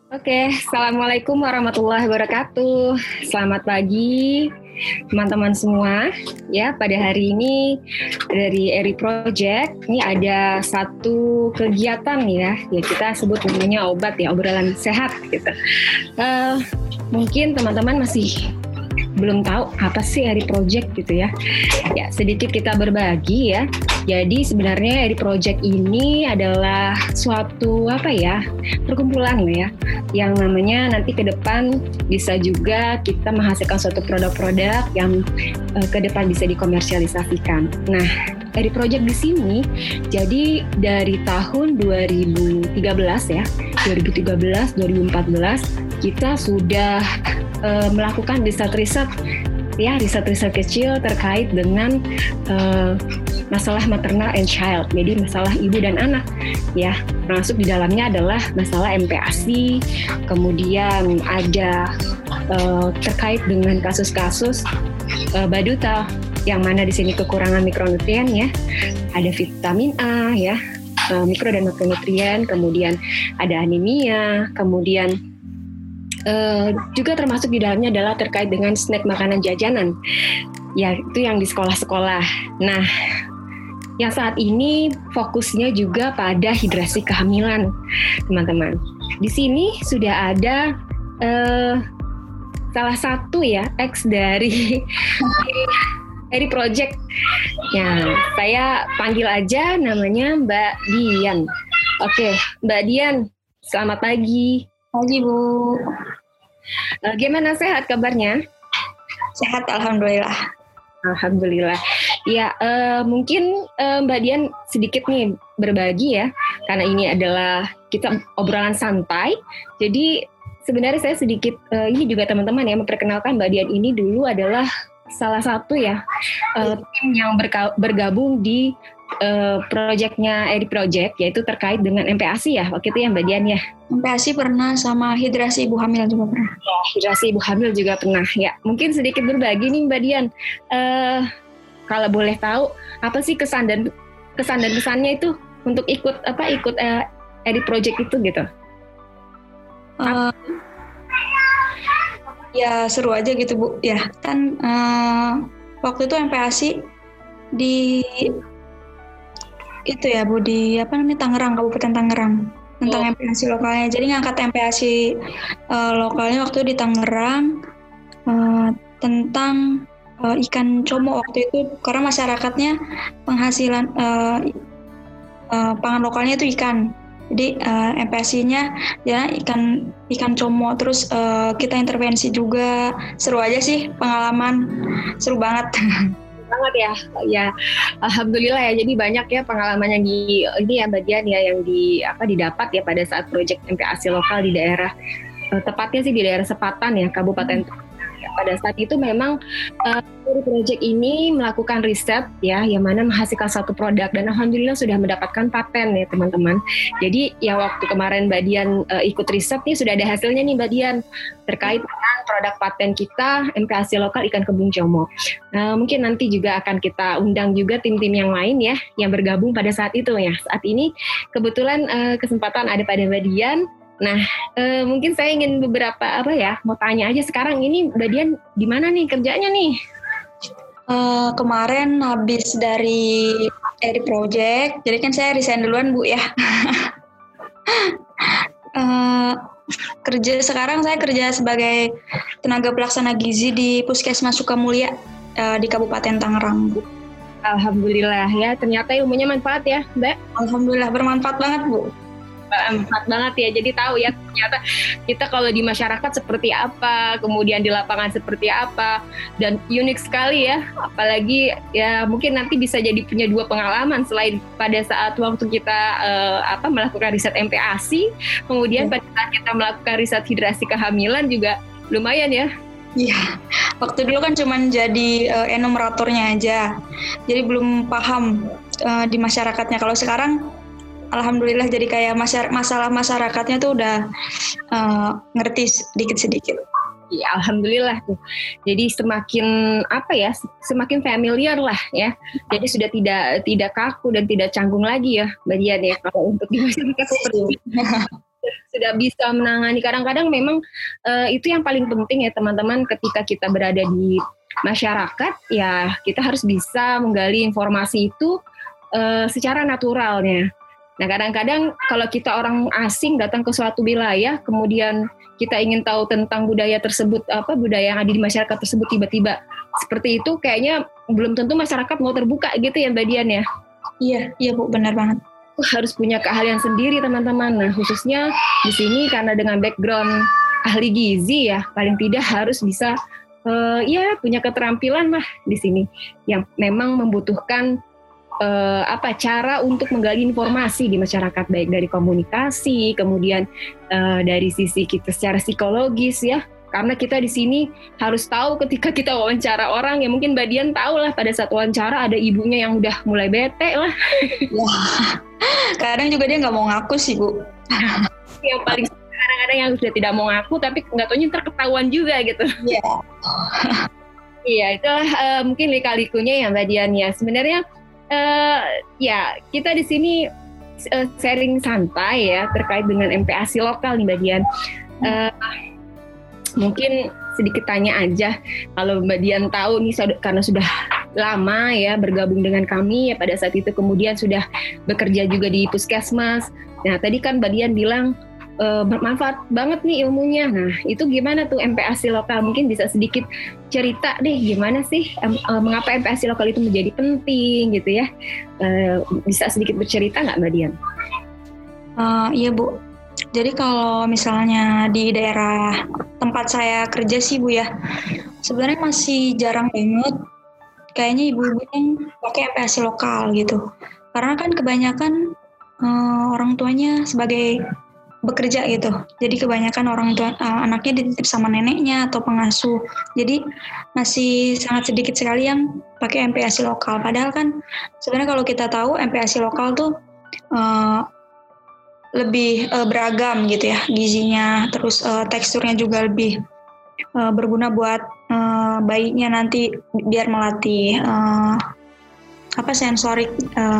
Oke, Assalamualaikum warahmatullahi wabarakatuh. Selamat pagi teman-teman semua. Ya, pada hari ini dari Eri Project ini ada satu kegiatan ya kita sebut namanya obat ya, obrolan sehat gitu. Mungkin teman-teman masih belum tahu apa sih Eri Project gitu ya. Ya, sedikit kita berbagi ya. Jadi sebenarnya Eri Project ini adalah suatu perkumpulan ya, yang namanya nanti ke depan bisa juga kita menghasilkan suatu produk-produk yang ke depan bisa dikomersialisasikan. Nah, Eri Project di sini jadi dari tahun 2013 ya, 2013, 2014 kita sudah melakukan riset-riset kecil terkait dengan masalah maternal and child, jadi masalah ibu dan anak ya, termasuk di dalamnya adalah masalah MPASI, kemudian ada terkait dengan kasus-kasus baduta yang mana di sini kekurangan mikronutrien ya, ada vitamin A ya, mikro dan makronutrien, kemudian ada anemia, kemudian juga termasuk di dalamnya adalah terkait dengan snack makanan jajanan ya, itu yang di sekolah-sekolah. Nah, yang saat ini fokusnya juga pada hidrasi kehamilan, teman-teman. Di sini sudah ada salah satu ya ex dari Eri Project. Ya, saya panggil aja namanya Mbak Dian. Oke, Mbak Dian, selamat pagi. Pagi, Bu. Gimana, sehat kabarnya? Sehat, alhamdulillah. Alhamdulillah. Ya, mungkin Mbak Dian sedikit nih berbagi ya, karena ini adalah kita obrolan santai. Jadi sebenarnya saya sedikit ini juga teman-teman ya memperkenalkan Mbak Dian ini dulu adalah salah satu ya tim yang bergabung di proyeknya Eri Project, yaitu terkait dengan MPASI ya, waktu itu ya Mbak Dian ya. MPASI pernah, sama hidrasi ibu hamil juga pernah. Hidrasi ibu hamil juga pernah ya. Mungkin sedikit berbagi nih Mbak Dian, kalau boleh tahu apa sih kesan dan kesannya itu untuk ikut Eri Project itu gitu? Ya seru aja gitu, Bu. Ya kan waktu itu MPASI di itu ya, Bu, di Tangerang, Kabupaten Tangerang, tentang MPASI lokalnya. Jadi ngangkat MPASI lokalnya waktu di Tangerang tentang ikan como waktu itu, karena masyarakatnya penghasilan pangan lokalnya itu ikan. Jadi MPASI-nya ya ikan como, terus kita intervensi juga. Seru aja sih, pengalaman seru banget. Banget ya, alhamdulillah ya. Jadi banyak ya pengalaman yang ini ya Mbak Dian ya, yang didapat ya pada saat proyek MPASI lokal di daerah, tepatnya sih di daerah Sepatan ya, Kabupaten. Pada saat itu memang proyek ini melakukan riset ya, yang mana menghasilkan satu produk dan alhamdulillah sudah mendapatkan paten ya teman-teman. Jadi ya waktu kemarin Mbak Dian ikut riset nih, sudah ada hasilnya nih Mbak Dian terkait dengan produk paten kita MPASI lokal ikan kembung como. Mungkin nanti juga akan kita undang juga tim-tim yang lain ya yang bergabung pada saat itu ya. Saat ini kebetulan kesempatan ada pada Mbak Dian. Nah, mungkin saya ingin mau tanya aja sekarang ini Mbak Dian di mana nih kerjanya nih? Kemarin habis dari Eri Project, jadi kan saya resign duluan, Bu ya. Saya kerja sebagai tenaga pelaksana gizi di Puskesmas Sukamulya di Kabupaten Tangerang, Bu. Alhamdulillah ya, ternyata ilmunya manfaat ya, Mbak. Alhamdulillah bermanfaat banget, Bu. Manfaat banget ya, jadi tahu ya ternyata kita kalau di masyarakat seperti apa, kemudian di lapangan seperti apa, dan unik sekali ya, apalagi ya mungkin nanti bisa jadi punya dua pengalaman selain pada saat waktu kita melakukan riset MPASI, kemudian pada saat kita melakukan riset hidrasi kehamilan juga lumayan ya. Iya, waktu dulu kan cuma jadi enumeratornya aja, jadi belum paham di masyarakatnya. Kalau sekarang alhamdulillah jadi kayak masalah masyarakatnya tuh udah ngerti sedikit-sedikit. Ya, alhamdulillah tuh. Jadi semakin familiar lah ya. Jadi sudah tidak kaku dan tidak canggung lagi ya, Mbak Dian ya, kalau untuk di masyarakat seperti ini. sudah bisa menangani. Kadang-kadang memang itu yang paling penting ya teman-teman, ketika kita berada di masyarakat ya kita harus bisa menggali informasi itu secara naturalnya. Nah kadang-kadang kalau kita orang asing datang ke suatu wilayah kemudian kita ingin tahu tentang budaya tersebut, budaya yang ada di masyarakat tersebut, tiba-tiba seperti itu, kayaknya belum tentu masyarakat mau terbuka gitu ya Mbak Dian ya. Iya Bu, benar banget. Harus punya keahlian sendiri teman-teman. Nah khususnya di sini karena dengan background ahli gizi ya, paling tidak harus bisa punya keterampilan lah di sini yang memang membutuhkan cara untuk menggali informasi di masyarakat, baik dari komunikasi, kemudian dari sisi kita secara psikologis ya. Karena kita di sini harus tahu ketika kita wawancara orang, ya mungkin Mbak Dian tahu lah pada saat wawancara ada ibunya yang udah mulai bete lah. Wah, kadang juga dia nggak mau ngaku sih Bu. Yang paling kadang-kadang yang sudah tidak mau ngaku, tapi nggak taunya ntar ketahuan juga gitu. Iya. Iya, itulah mungkin lika-likunya ya Mbak Dian ya. Sebenarnya kita di sini sharing santai ya terkait dengan MPASI lokal nih Mbak Dian. Mungkin sedikit tanya aja, kalau Mbak Dian tahu nih karena sudah lama ya bergabung dengan kami ya, pada saat itu kemudian sudah bekerja juga di puskesmas. Nah tadi kan Mbak Dian bilang bermanfaat banget nih ilmunya. Nah itu gimana tuh MPASI lokal? Mungkin bisa sedikit cerita deh gimana sih mengapa MPASI lokal itu menjadi penting gitu ya. Bisa sedikit bercerita nggak Mbak Dian? Iya Bu. Jadi kalau misalnya di daerah tempat saya kerja sih Bu ya, sebenarnya masih jarang banget kayaknya ibu-ibu yang pakai MPASI lokal gitu. Karena kan kebanyakan orang tuanya sebagai bekerja gitu. Jadi kebanyakan orang tua anaknya dititip sama neneknya atau pengasuh. Jadi masih sangat sedikit sekali yang pakai MPASI lokal. Padahal kan sebenarnya kalau kita tahu MPASI lokal tuh lebih beragam gitu ya gizinya, terus teksturnya juga lebih berguna buat bayinya nanti biar melatih sensorik,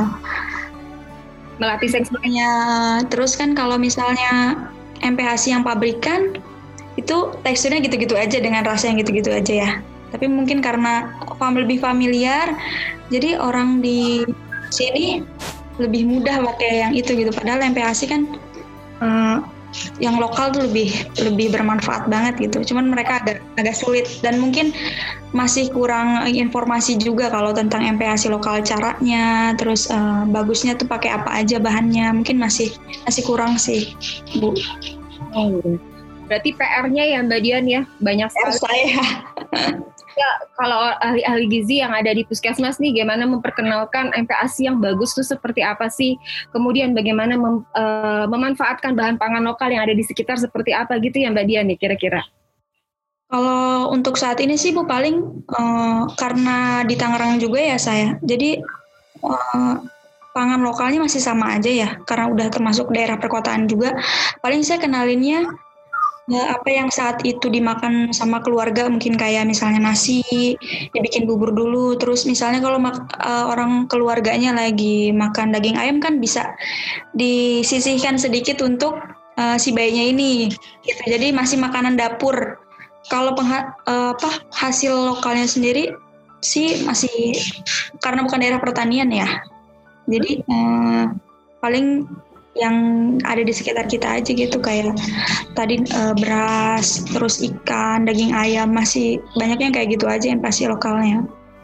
melatih sensornya. Terus kan kalau misalnya MPASI yang pabrikan itu teksturnya gitu-gitu aja dengan rasa yang gitu-gitu aja ya. Tapi mungkin karena lebih familiar, jadi orang di sini lebih mudah pakai yang itu gitu. Padahal MPASI kan yang lokal tuh lebih bermanfaat banget gitu. Cuman mereka agak sulit dan mungkin masih kurang informasi juga kalau tentang MPASI lokal, caranya, terus bagusnya tuh pakai apa aja bahannya. Mungkin masih kurang sih Bu. Berarti PR-nya ya Mbak Dian ya banyak sekali. Saya. Ya, kalau ahli-ahli gizi yang ada di puskesmas nih, gimana memperkenalkan MPASI yang bagus tuh seperti apa sih? Kemudian bagaimana memanfaatkan bahan pangan lokal yang ada di sekitar seperti apa gitu ya Mbak Dian nih kira-kira? Kalau untuk saat ini sih Bu paling karena di Tangerang juga ya saya, jadi pangan lokalnya masih sama aja ya, karena udah termasuk daerah perkotaan juga. Paling saya kenalinnya apa yang saat itu dimakan sama keluarga, mungkin kayak misalnya nasi dibikin bubur dulu, terus misalnya kalau orang keluarganya lagi makan daging ayam kan bisa disisihkan sedikit untuk si bayinya ini gitu. Jadi masih makanan dapur. Kalau hasil lokalnya sendiri sih masih, karena bukan daerah pertanian ya, jadi paling yang ada di sekitar kita aja gitu, kayak tadi beras, terus ikan, daging ayam, masih banyak yang kayak gitu aja yang pasti lokalnya.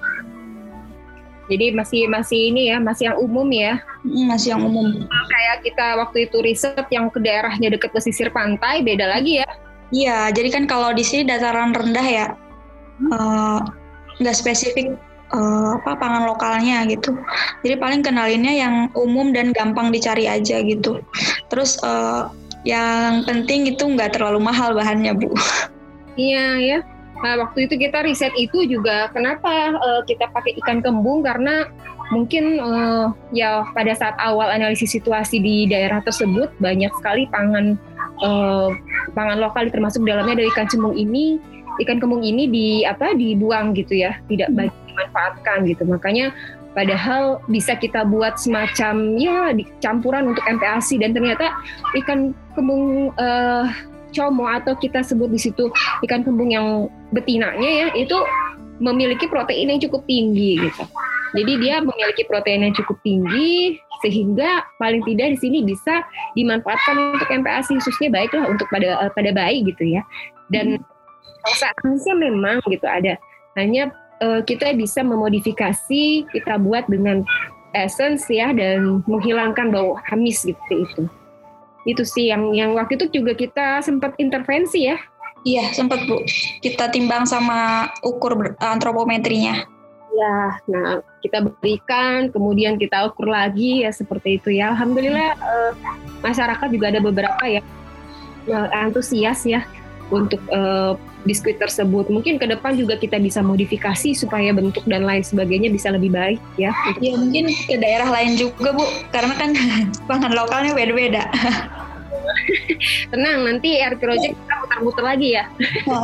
Jadi masih ini ya, masih yang umum ya? Masih yang umum. Kayak kita waktu itu riset yang ke daerahnya dekat pesisir pantai, beda lagi ya? Iya, jadi kan kalau di sini dataran rendah ya, nggak spesifik pangan lokalnya gitu. Jadi paling kenalinnya yang umum dan gampang dicari aja gitu. Terus yang penting itu nggak terlalu mahal bahannya Bu. Iya ya. Nah waktu itu kita riset itu juga kenapa kita pakai ikan kembung, karena mungkin ya pada saat awal analisis situasi di daerah tersebut banyak sekali pangan lokal termasuk dalamnya dari ikan kembung ini dibuang gitu ya, tidak banyak dimanfaatkan gitu. Makanya padahal bisa kita buat semacam ya campuran untuk MPASI, dan ternyata ikan kembung como atau kita sebut di situ ikan kembung yang betinanya ya, itu memiliki protein yang cukup tinggi gitu. Jadi dia memiliki protein yang cukup tinggi sehingga paling tidak di sini bisa dimanfaatkan untuk MPASI, khususnya baiklah untuk pada bayi gitu ya. Dan rasanya memang gitu ada, hanya kita bisa memodifikasi, kita buat dengan essence ya, dan menghilangkan bau amis gitu itu. Itu sih yang waktu itu juga kita sempat intervensi ya. Iya, sempat Bu. Kita timbang sama ukur antropometrinya. Ya, nah kita berikan, kemudian kita ukur lagi ya seperti itu ya. Alhamdulillah masyarakat juga ada beberapa yang antusias ya untuk biskuit tersebut. Mungkin ke depan juga kita bisa modifikasi supaya bentuk dan lain sebagainya bisa lebih baik ya. Ya mungkin ke daerah lain juga Bu, karena kan pangan lokalnya beda-beda. Tenang, nanti Air Project kita muter-muter lagi ya.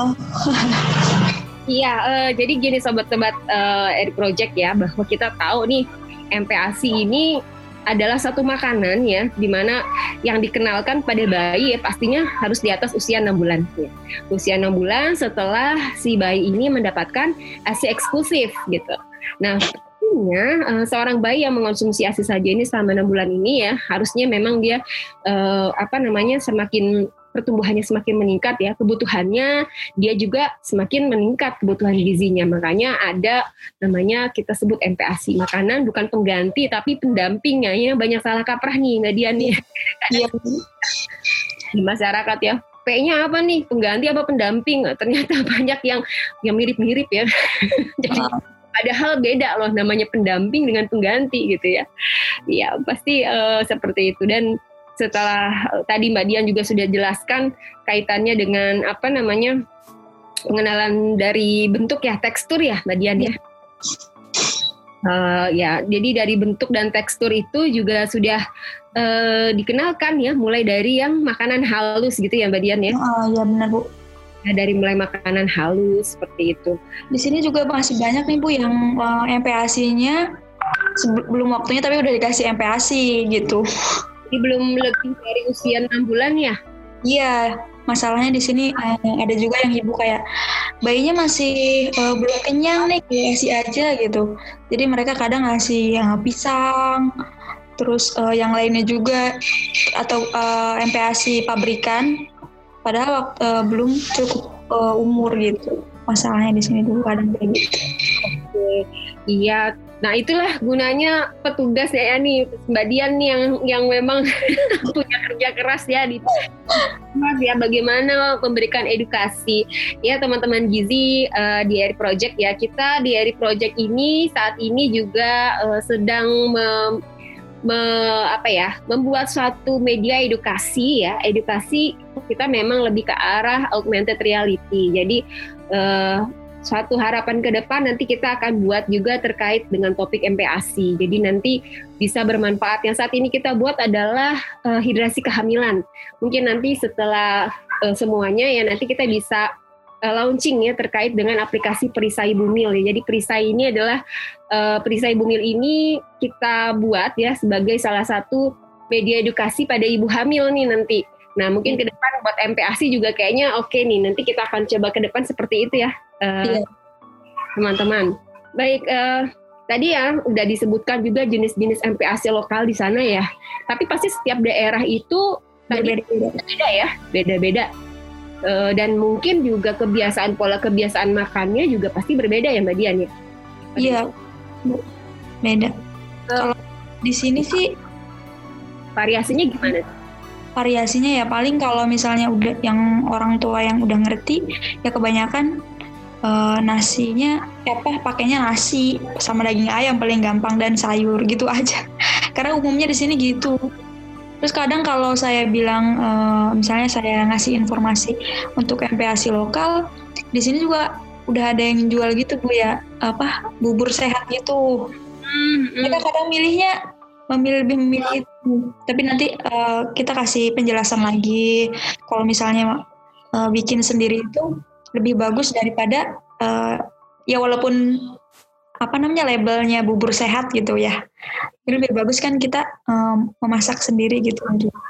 Iya, jadi gini sobat-sobat Air Project ya, bahwa kita tahu nih MPASI ini adalah satu makanan ya, dimana yang dikenalkan pada bayi ya pastinya harus di atas usia 6 bulan. Ya. Usia 6 bulan setelah si bayi ini mendapatkan ASI eksklusif gitu. Nah, seorang bayi yang mengonsumsi ASI saja ini selama 6 bulan ini ya, harusnya memang dia semakin pertumbuhannya semakin meningkat ya, kebutuhannya dia juga semakin meningkat kebutuhan gizinya. Makanya ada namanya kita sebut MPASI, makanan bukan pengganti tapi pendampingnya. Ya, banyak salah kaprah nih Mbak Dian nih. Iya. Di masyarakat ya. P-nya apa nih? Pengganti apa pendamping? Ternyata banyak yang mirip-mirip ya. Jadi padahal beda loh namanya pendamping dengan pengganti gitu ya. Ya pasti seperti itu. Dan setelah tadi Mbak Dian juga sudah jelaskan kaitannya dengan pengenalan dari bentuk ya, tekstur ya Mbak Dian ya. Ya, jadi dari bentuk dan tekstur itu juga sudah dikenalkan ya, mulai dari yang makanan halus gitu ya Mbak Dian ya. Ya benar Bu. Nah, dari mulai makanan halus seperti itu. Di sini juga masih banyak nih Bu yang MPASI-nya sebelum waktunya tapi udah dikasih MPASI gitu. Jadi belum lebih dari usia 6 bulan ya? Iya, masalahnya di sini ada juga yang ibu kayak bayinya masih belum kenyang nih, kasih aja gitu. Jadi mereka kadang ngasih yang pisang, terus yang lainnya juga atau MPASI pabrikan, padahal belum cukup umur gitu. Masalahnya di sini dulu kadang kayak gitu. Oke, iya. Nah itulah gunanya petugas ya nih Mbak Dian nih yang memang punya kerja keras ya di Mas ya, bagaimana memberikan edukasi ya teman-teman gizi di Air Project ya. Kita di Air Project ini saat ini juga sedang membuat suatu media edukasi ya. Edukasi kita memang lebih ke arah augmented reality. Jadi suatu harapan ke depan nanti kita akan buat juga terkait dengan topik MPASI. Jadi nanti bisa bermanfaat. Yang saat ini kita buat adalah hidrasi kehamilan. Mungkin nanti setelah semuanya ya nanti kita bisa launching ya terkait dengan aplikasi Perisai Bumil. Ya. Jadi Perisai ini adalah Perisai Bumil ini kita buat ya sebagai salah satu media edukasi pada ibu hamil nih nanti. Nah mungkin ke depan buat MPASI juga kayaknya oke nih. Nanti kita akan coba ke depan seperti itu ya teman-teman. Baik, tadi ya udah disebutkan juga jenis-jenis MPASI lokal di sana ya. Tapi pasti setiap daerah itu beda-beda ya, beda-beda. Dan mungkin juga pola kebiasaan makannya juga pasti berbeda ya Mbak Dian ya? Iya, beda. Kalau di sini sih variasinya gimana? Variasinya ya paling kalau misalnya udah yang orang tua yang udah ngerti ya kebanyakan nasinya pakainya nasi sama daging ayam paling gampang dan sayur gitu aja. Karena umumnya di sini gitu. Terus kadang kalau saya bilang misalnya saya ngasih informasi untuk MPASI lokal, di sini juga udah ada yang jual gitu Bu ya, bubur sehat gitu. Kita kadang lebih memilih itu. Tapi nanti kita kasih penjelasan lagi. Kalau misalnya bikin sendiri itu lebih bagus daripada ya walaupun labelnya bubur sehat gitu ya. Jadi lebih bagus kan kita memasak sendiri gitu.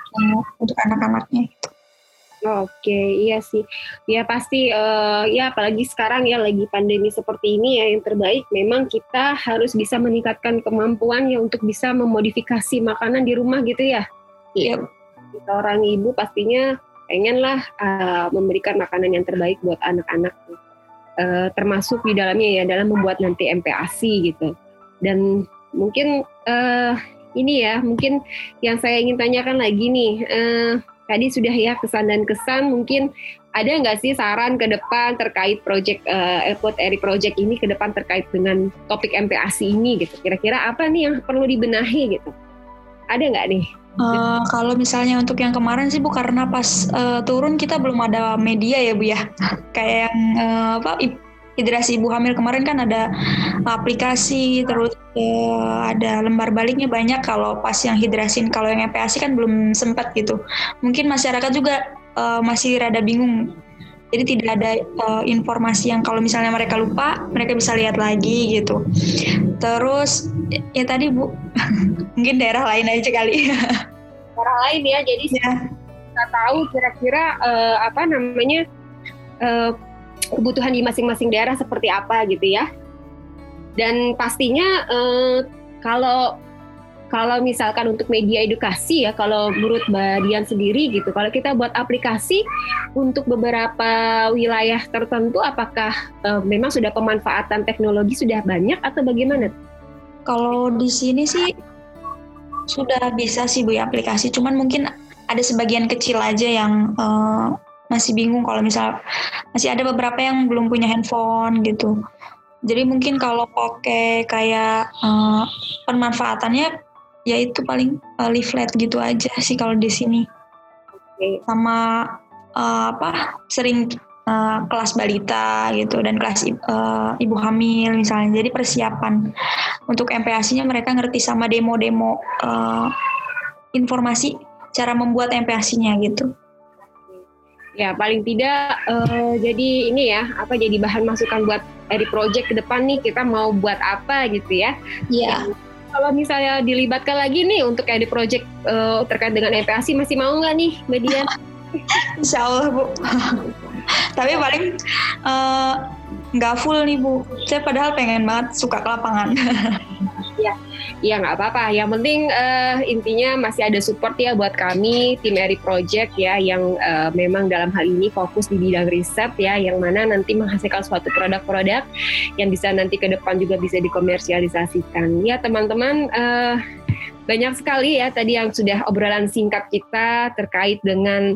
untuk anak-anaknya. Oke, iya sih. Ya pasti ya apalagi sekarang ya lagi pandemi seperti ini ya, yang terbaik memang kita harus bisa meningkatkan kemampuan ya untuk bisa memodifikasi makanan di rumah gitu ya. Iya. Seorang ibu pastinya pengenlah memberikan makanan yang terbaik buat anak-anak, termasuk di dalamnya ya dalam membuat nanti MPASI gitu. Dan mungkin ini ya, mungkin yang saya ingin tanyakan lagi nih. Tadi sudah ya kesan dan kesan, mungkin ada nggak sih saran ke depan terkait project Airport Eri Project ini ke depan terkait dengan topik MPASI ini gitu? Kira-kira apa nih yang perlu dibenahi gitu? Ada nggak nih? Kalau misalnya untuk yang kemarin sih Bu, karena pas turun kita belum ada media ya Bu ya. Kayak yang hidrasi ibu hamil kemarin kan ada aplikasi, terus ada lembar baliknya banyak. Kalau pas yang hidrasin, kalau yang MPASI kan belum sempat gitu. Mungkin masyarakat juga masih rada bingung. Jadi tidak ada informasi yang kalau misalnya mereka lupa, mereka bisa lihat lagi gitu. Terus ya tadi Bu, mungkin daerah lain aja kali. Daerah lain ya, jadi kita tahu kira-kira kebutuhan di masing-masing daerah seperti apa gitu ya. Dan pastinya kalau misalkan untuk media edukasi ya, kalau menurut Mbak Dian sendiri gitu, kalau kita buat aplikasi untuk beberapa wilayah tertentu, apakah memang sudah pemanfaatan teknologi sudah banyak atau bagaimana? Kalau di sini sih sudah bisa sih Bu ya aplikasi, cuman mungkin ada sebagian kecil aja yang masih bingung kalau misal masih ada beberapa yang belum punya handphone gitu. Jadi mungkin kalau pakai kayak pemanfaatannya ya itu paling leaflet gitu aja sih kalau di sini. Okay. Sama sering kelas balita gitu dan kelas ibu hamil misalnya. Jadi persiapan untuk MPASI-nya mereka ngerti sama demo-demo informasi cara membuat MPASI-nya gitu. Ya paling tidak jadi ini ya jadi bahan masukan buat Eri Project ke depan nih, kita mau buat apa gitu ya. Iya. Kalau misalnya dilibatkan lagi nih untuk Eri Project terkait dengan MPASI, masih mau nggak nih Mbak Dian? Insya Allah Bu. Tapi paling nggak full nih Bu. Saya padahal pengen banget suka ke lapangan. Iya nggak apa-apa. Yang penting intinya masih ada support ya buat kami tim Eri Project ya, yang memang dalam hal ini fokus di bidang riset ya, yang mana nanti menghasilkan suatu produk-produk yang bisa nanti ke depan juga bisa dikomersialisasikan. Ya teman-teman, banyak sekali ya tadi yang sudah obrolan singkat kita terkait dengan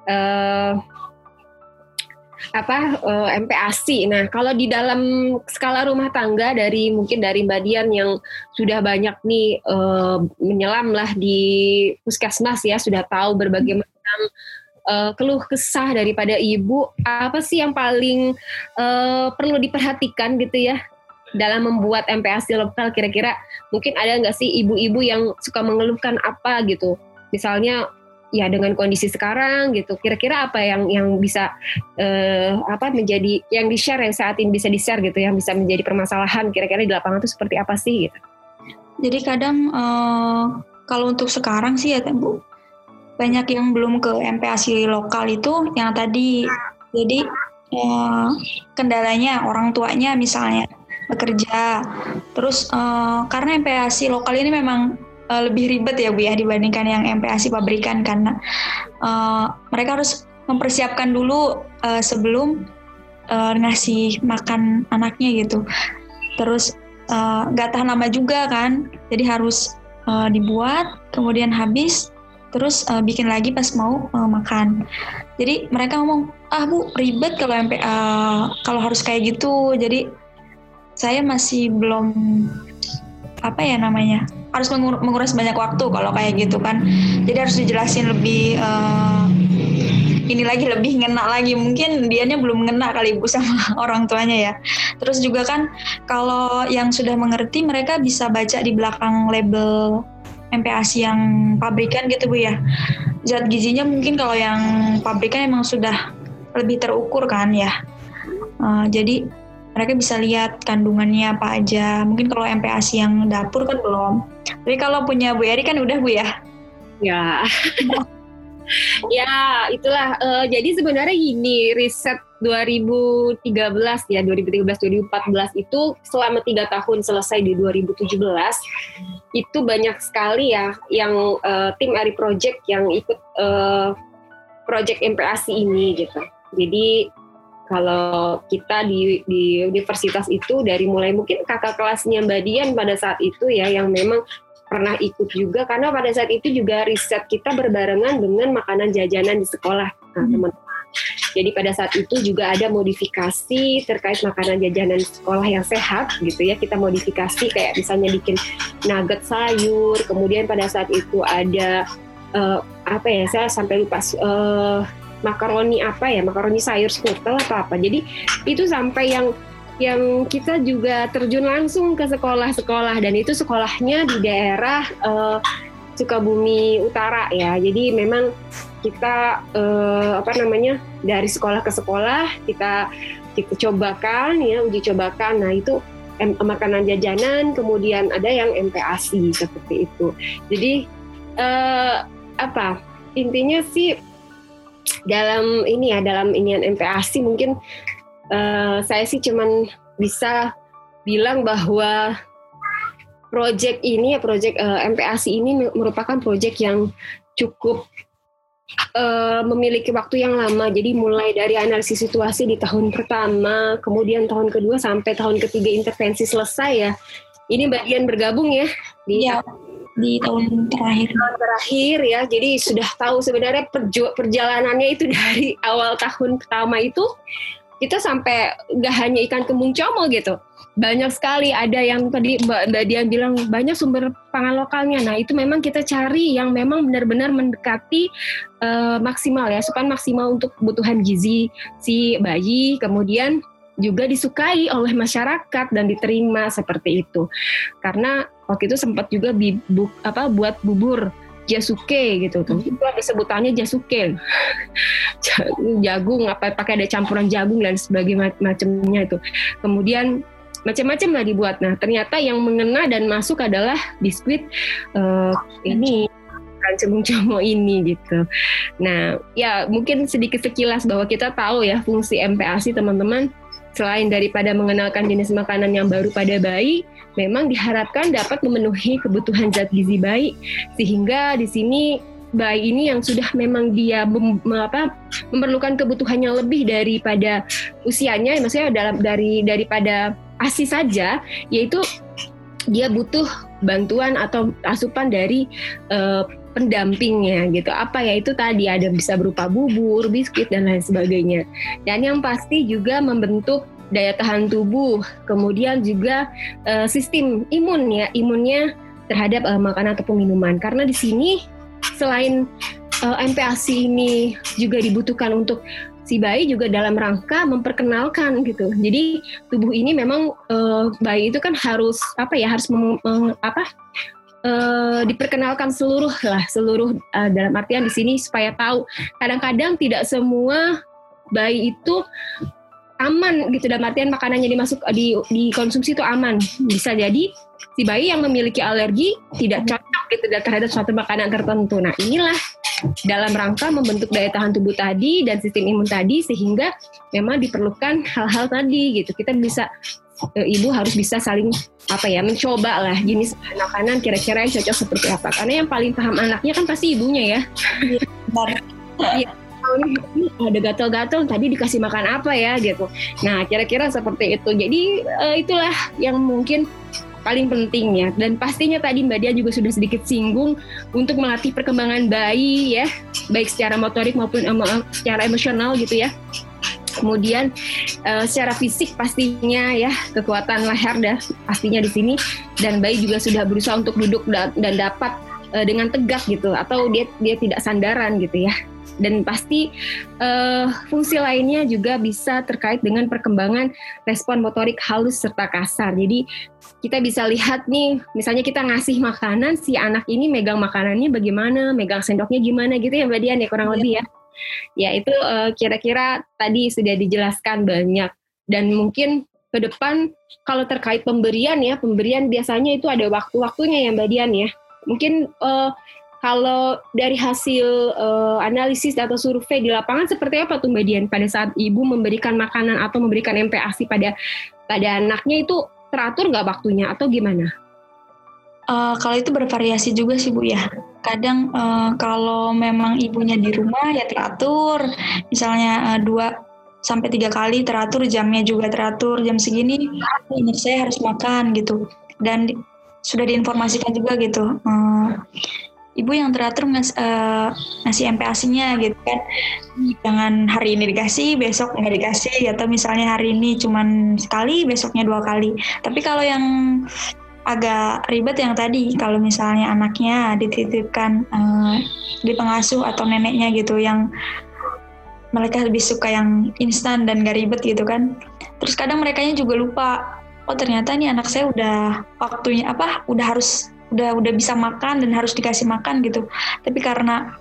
MPASI. Nah, kalau di dalam skala rumah tangga mungkin dari Mbak Dian yang sudah banyak nih menyelam lah di puskesmas ya, sudah tahu berbagai macam keluh kesah daripada ibu, apa sih yang paling perlu diperhatikan gitu ya dalam membuat MPASI lokal? Kira-kira mungkin ada nggak sih ibu-ibu yang suka mengeluhkan apa gitu, misalnya ya dengan kondisi sekarang gitu, kira-kira apa yang bisa menjadi yang di-share, yang saat ini bisa di-share gitu, yang bisa menjadi permasalahan kira-kira di lapangan itu seperti apa sih gitu. Jadi kadang kalau untuk sekarang sih ya Bu, banyak yang belum ke MPASI lokal itu yang tadi, jadi kendalanya orang tuanya misalnya bekerja, terus karena MPASI lokal ini memang lebih ribet ya Bu ya dibandingkan yang MPASI pabrikan, karena mereka harus mempersiapkan dulu sebelum ngasih makan anaknya gitu. Terus gak tahan lama juga kan, jadi harus dibuat kemudian habis, terus bikin lagi pas mau makan. Jadi mereka ngomong, Bu ribet kalau harus kayak gitu. Jadi saya masih belum harus menguras banyak waktu kalau kayak gitu kan. Jadi harus dijelasin lebih lebih ngena lagi. Mungkin dianya belum ngena kali Bu sama orang tuanya ya. Terus juga kan kalau yang sudah mengerti, mereka bisa baca di belakang label MPASI yang pabrikan gitu Bu ya. Zat gizinya mungkin kalau yang pabrikan emang sudah lebih terukur kan ya. Jadi mereka bisa lihat kandungannya apa aja. Mungkin kalau MPASI yang dapur kan belum. Tapi kalau punya Bu Eri kan udah Bu ya? Ya. Ya, itulah. Jadi sebenarnya gini, riset 2013 ya, 2013-2014 itu selama 3 tahun selesai di 2017, itu banyak sekali ya yang tim Eri Project yang ikut project MPASI ini gitu. Jadi kalau kita di universitas itu dari mulai mungkin kakak kelasnya Mbak Dian pada saat itu ya yang memang pernah ikut juga karena pada saat itu juga riset kita berbarengan dengan makanan jajanan di sekolah teman-teman. Jadi pada saat itu juga ada modifikasi terkait makanan jajanan di sekolah yang sehat gitu ya, kita modifikasi kayak misalnya bikin nugget sayur, kemudian pada saat itu ada saya sampai lupa makaroni sayur skutel apa. Jadi itu sampai yang kita juga terjun langsung ke sekolah-sekolah dan itu sekolahnya di daerah Sukabumi Utara ya. Jadi memang kita dari sekolah ke sekolah kita cobakan ya, uji cobakan. Nah itu makanan jajanan, kemudian ada yang MPASI seperti itu. Jadi intinya sih dalam inian MPASI mungkin saya sih cuman bisa bilang bahwa proyek MPASI ini merupakan proyek yang cukup memiliki waktu yang lama. Jadi mulai dari analisis situasi di tahun pertama, kemudian tahun kedua sampai tahun ketiga intervensi selesai ya. Ini Mbak Dian bergabung ya di tahun terakhir ya. Jadi sudah tahu sebenarnya perjalanannya itu dari awal tahun pertama itu kita sampai nggak hanya ikan kembung comol gitu. Banyak sekali, ada yang tadi Mbak Dian bilang banyak sumber pangan lokalnya. Nah itu memang kita cari yang memang benar-benar mendekati maksimal ya, asupan maksimal untuk kebutuhan gizi si bayi, kemudian juga disukai oleh masyarakat dan diterima seperti itu. Karena waktu itu sempat juga buat bubur jasuke gitu tuh. Itu ada sebutannya jasuke. Jagung pakai ada campuran jagung dan sebagainya macamnya itu. Kemudian macam-macam lah dibuat. Nah, ternyata yang mengena dan masuk adalah biskuit ini kan cembung como ini gitu. Nah, ya mungkin sedikit sekilas bahwa kita tahu ya fungsi MPASI teman-teman. Selain daripada mengenalkan jenis makanan yang baru pada bayi, memang diharapkan dapat memenuhi kebutuhan zat gizi bayi, sehingga di sini bayi ini yang sudah memang dia memerlukan kebutuhannya lebih daripada usianya, maksudnya daripada ASI saja, yaitu dia butuh bantuan atau asupan dari pendampingnya gitu. Apa ya itu tadi ada bisa berupa bubur, biskuit dan lain sebagainya. Dan yang pasti juga membentuk daya tahan tubuh, kemudian juga sistem imunnya terhadap makanan ataupun minuman. Karena di sini selain MPASI ini juga dibutuhkan untuk si bayi juga dalam rangka memperkenalkan gitu. Jadi tubuh ini memang bayi itu kan harus diperkenalkan seluruh dalam artian di sini supaya tahu. Kadang-kadang tidak semua bayi itu aman gitu, dalam artian makanannya dikonsumsi itu aman. Bisa jadi si bayi yang memiliki alergi tidak cocok gitu terhadap suatu makanan tertentu. Nah inilah dalam rangka membentuk daya tahan tubuh tadi dan sistem imun tadi, sehingga memang diperlukan hal-hal tadi gitu. Kita bisa ibu harus bisa saling mencoba lah jenis makanan kira-kira yang cocok seperti apa, karena yang paling paham anaknya kan pasti ibunya ya. Iya. Ini ada gatal-gatal tadi dikasih makan apa ya gitu. Nah kira-kira seperti itu. Jadi itulah yang mungkin paling penting ya. Dan pastinya tadi Mbak Dia juga sudah sedikit singgung untuk melatih perkembangan bayi ya, baik secara motorik maupun secara emosional gitu ya. Kemudian secara fisik pastinya ya, kekuatan leher dah pastinya di sini, dan bayi juga sudah berusaha untuk duduk dan dapat dengan tegak gitu, atau dia tidak sandaran gitu ya. Dan pasti fungsi lainnya juga bisa terkait dengan perkembangan respon motorik halus serta kasar. Jadi kita bisa lihat nih, misalnya kita ngasih makanan, si anak ini megang makanannya bagaimana, megang sendoknya gimana gitu ya Mbak Dian ya, kurang lebih ya. Ya itu kira-kira tadi sudah dijelaskan banyak. Dan mungkin ke depan kalau terkait pemberian biasanya itu ada waktu-waktunya ya Mbak Dian ya. Mungkin Kalau dari hasil analisis atau survei di lapangan seperti apa tuh Mbak Dian pada saat ibu memberikan makanan atau memberikan MPASI pada anaknya itu teratur nggak waktunya atau gimana? Kalau itu bervariasi juga sih Bu ya. Kadang kalau memang ibunya di rumah ya teratur, misalnya 2-3 kali teratur, jamnya juga teratur, jam segini anak saya harus makan gitu. Dan sudah diinformasikan juga gitu. Ibu yang teratur ngasih MPASI-nya gitu kan. Jangan hari ini dikasih, besok nggak dikasih, atau misalnya hari ini cuman sekali, besoknya 2 kali. Tapi kalau yang agak ribet yang tadi, kalau misalnya anaknya dititipkan di pengasuh atau neneknya gitu, yang mereka lebih suka yang instan dan gak ribet gitu kan. Terus kadang merekanya juga lupa, oh ternyata nih anak saya udah waktunya udah bisa makan dan harus dikasih makan gitu. Tapi karena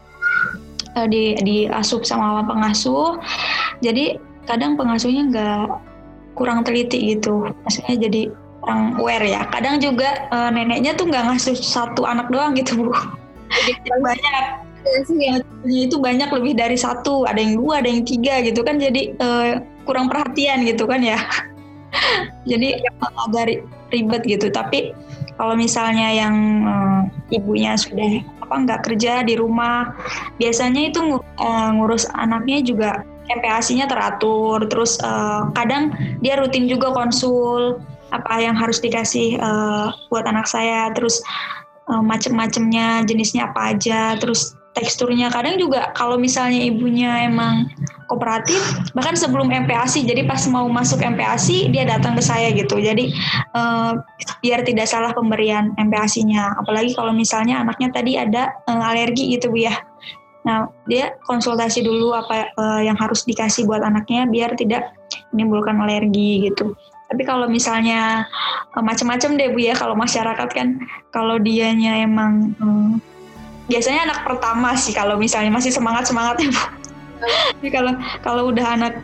diasuh sama pengasuh, jadi kadang pengasuhnya kurang teliti gitu, maksudnya jadi kurang aware ya. Kadang juga neneknya tuh nggak ngasuh satu anak doang gitu Bu. Jadi banyak. Itu banyak, lebih dari satu, ada yang 2, ada yang 3 gitu kan, jadi kurang perhatian gitu kan ya. Jadi agak ribet gitu. Tapi kalau misalnya yang ibunya sudah nggak kerja di rumah, biasanya itu ngurus anaknya juga MPASI-nya teratur. Terus kadang dia rutin juga konsul apa yang harus dikasih buat anak saya, terus macem-macemnya, jenisnya apa aja, terus teksturnya. Kadang juga kalau misalnya ibunya emang kooperatif, bahkan sebelum MPASI, jadi pas mau masuk MPASI dia datang ke saya gitu, jadi biar tidak salah pemberian MPASI-nya. Apalagi kalau misalnya anaknya tadi ada alergi gitu Bu ya. Nah, dia konsultasi dulu apa yang harus dikasih buat anaknya biar tidak menimbulkan alergi gitu. Tapi kalau misalnya macam-macam deh Bu ya, kalau masyarakat kan, kalau dianya emang biasanya anak pertama sih kalau misalnya masih semangat-semangatnya Bu. Tapi kalau udah anak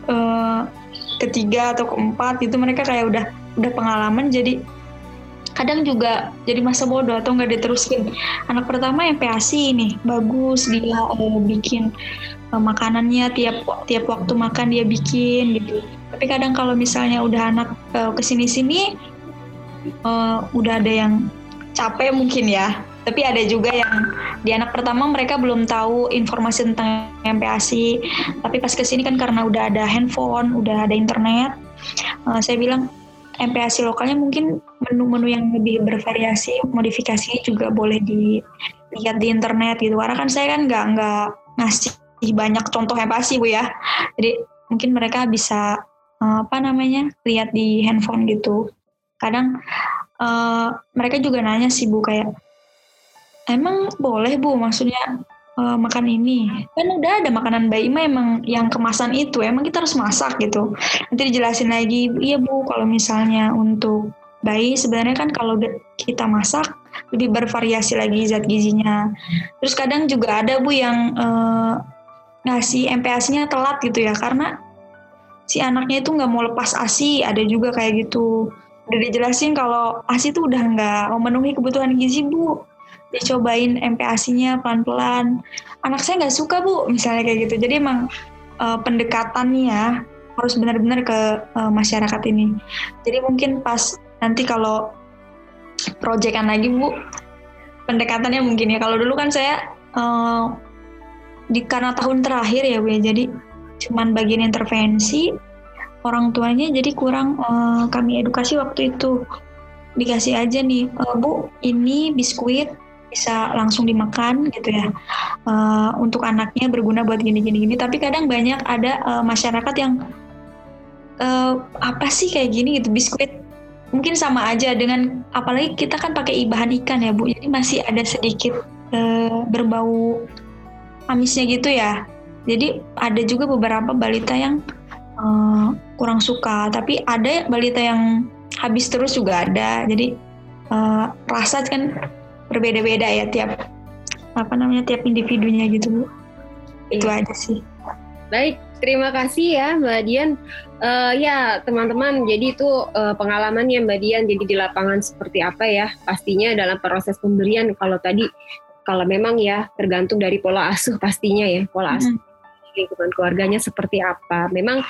ketiga atau keempat itu mereka kayak udah pengalaman, jadi kadang juga jadi masa bodoh atau nggak diteruskin. Anak pertama MPASI nih bagus, dia bikin makanannya tiap waktu makan dia bikin gitu. Tapi kadang kalau misalnya udah anak kesini-sini udah ada yang capek mungkin ya. Tapi ada juga yang di anak pertama mereka belum tahu informasi tentang MPASI. Tapi pas kesini kan karena udah ada handphone, udah ada internet, saya bilang MPASI lokalnya mungkin menu-menu yang lebih bervariasi, modifikasinya juga boleh dilihat di internet gitu. Karena kan saya kan nggak ngasih banyak contoh MPASI Bu ya. Jadi mungkin mereka bisa lihat di handphone gitu. Kadang mereka juga nanya sih Bu, kayak emang boleh Bu, maksudnya makan ini kan udah ada makanan bayi mah emang yang kemasan itu emang kita harus masak gitu. Nanti dijelasin lagi, iya Bu, kalau misalnya untuk bayi sebenarnya kan kalau kita masak lebih bervariasi lagi zat gizinya. Terus kadang juga ada Bu yang ngasih MPASI-nya telat gitu ya, karena si anaknya itu nggak mau lepas ASI, ada juga kayak gitu. Udah dijelasin kalau ASI itu udah nggak memenuhi kebutuhan gizi Bu, dicobain MPASI-nya pelan-pelan. Anak saya nggak suka Bu, misalnya kayak gitu. Jadi emang pendekatannya harus benar-benar ke masyarakat ini. Jadi mungkin pas nanti kalau proyekan lagi Bu, pendekatannya mungkin ya. Kalau dulu kan saya karena tahun terakhir ya Bu ya, jadi cuman bagian intervensi, orang tuanya jadi kurang kami edukasi waktu itu. Dikasih aja nih, Bu, ini biskuit bisa langsung dimakan gitu ya, untuk anaknya berguna buat gini. Tapi kadang banyak ada masyarakat yang apa sih kayak gini gitu, biskuit mungkin sama aja dengan, apalagi kita kan pakai bahan ikan ya Bu, jadi masih ada sedikit berbau amisnya gitu ya. Jadi ada juga beberapa balita yang kurang suka, tapi ada balita yang habis terus juga ada. Jadi rasa kan berbeda-beda ya tiap individunya gitu Bu. Itu aja sih. Baik, terima kasih ya Mbak Dian. Ya teman-teman, jadi itu pengalamannya Mbak Dian jadi di lapangan seperti apa ya. Pastinya dalam proses pemberian, kalau tadi kalau memang ya tergantung dari pola asuh pastinya ya, pola asuh lingkungan keluarganya seperti apa. Memang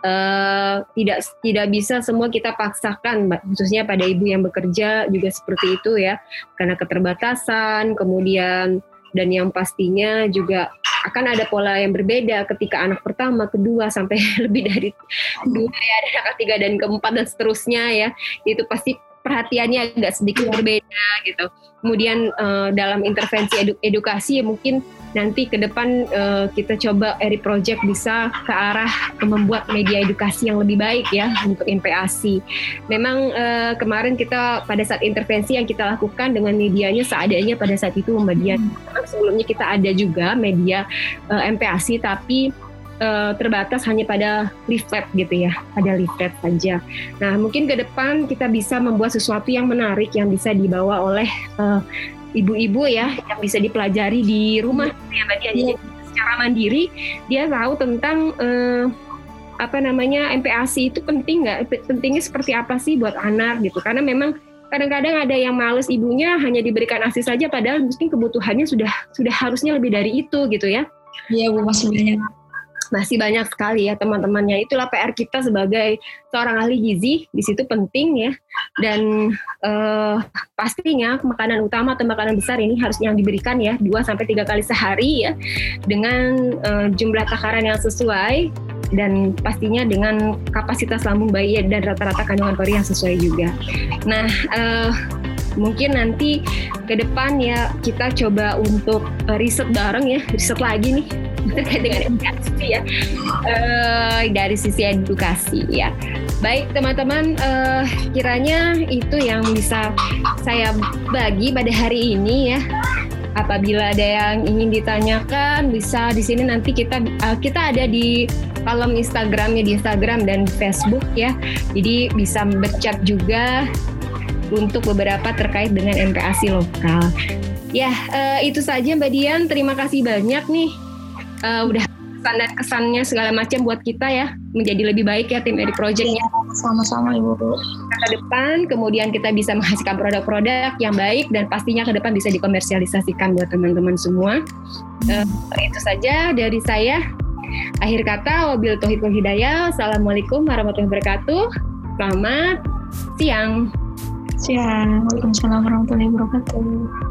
tidak bisa semua kita paksakan, khususnya pada ibu yang bekerja juga seperti itu ya, karena keterbatasan, kemudian dan yang pastinya juga akan ada pola yang berbeda ketika anak pertama, kedua, sampai lebih dari dua ya, ada anak ketiga dan keempat dan seterusnya ya, itu pasti perhatiannya agak sedikit berbeda gitu. Kemudian dalam intervensi edukasi mungkin nanti ke depan kita coba Eri Project bisa ke arah membuat media edukasi yang lebih baik ya untuk MPASI. Memang kemarin kita pada saat intervensi yang kita lakukan dengan medianya seadanya pada saat itu Mbak Dian. Sebelumnya kita ada juga media MPASI tapi terbatas hanya pada leaflet gitu ya, pada leaflet saja. Nah mungkin ke depan kita bisa membuat sesuatu yang menarik yang bisa dibawa oleh ibu-ibu ya, yang bisa dipelajari di rumah ya Mbak Dian. Jadi secara mandiri dia tahu tentang MPASI itu penting nggak, pentingnya seperti apa sih buat anak gitu. Karena memang kadang-kadang ada yang males ibunya hanya diberikan ASI saja, padahal mungkin kebutuhannya sudah harusnya lebih dari itu gitu ya. Iya Bu, masih banyak sekali ya teman-temannya. Itulah PR kita sebagai seorang ahli gizi, di situ penting ya. Dan pastinya makanan utama atau makanan besar ini harusnya yang diberikan ya 2-3 kali sehari ya, dengan jumlah takaran yang sesuai dan pastinya dengan kapasitas lambung bayi dan rata-rata kandungan kalori yang sesuai juga. Nah mungkin nanti ke depan ya kita coba untuk riset bareng ya, riset lagi nih terkait dengan edukasi ya, dari sisi edukasi ya. Baik teman-teman, kiranya itu yang bisa saya bagi pada hari ini ya. Apabila ada yang ingin ditanyakan, bisa di sini nanti kita ada di kolom Instagramnya, di Instagram dan Facebook ya. Jadi bisa berchat juga untuk beberapa terkait dengan MPASI lokal. Ya, itu saja Mbak Dian. Terima kasih banyak nih. Udah kesan dan kesannya segala macam buat kita ya, menjadi lebih baik ya tim Eri Project-nya. Sama-sama Ibu. Ke depan, kemudian kita bisa menghasilkan produk-produk yang baik dan pastinya ke depan bisa dikomersialisasikan buat teman-teman semua. Itu saja dari saya. Akhir kata, wabil taufiq wal hidayah. Assalamualaikum warahmatullahi wabarakatuh. Selamat siang. Waalaikumsalam warahmatullahi wabarakatuh.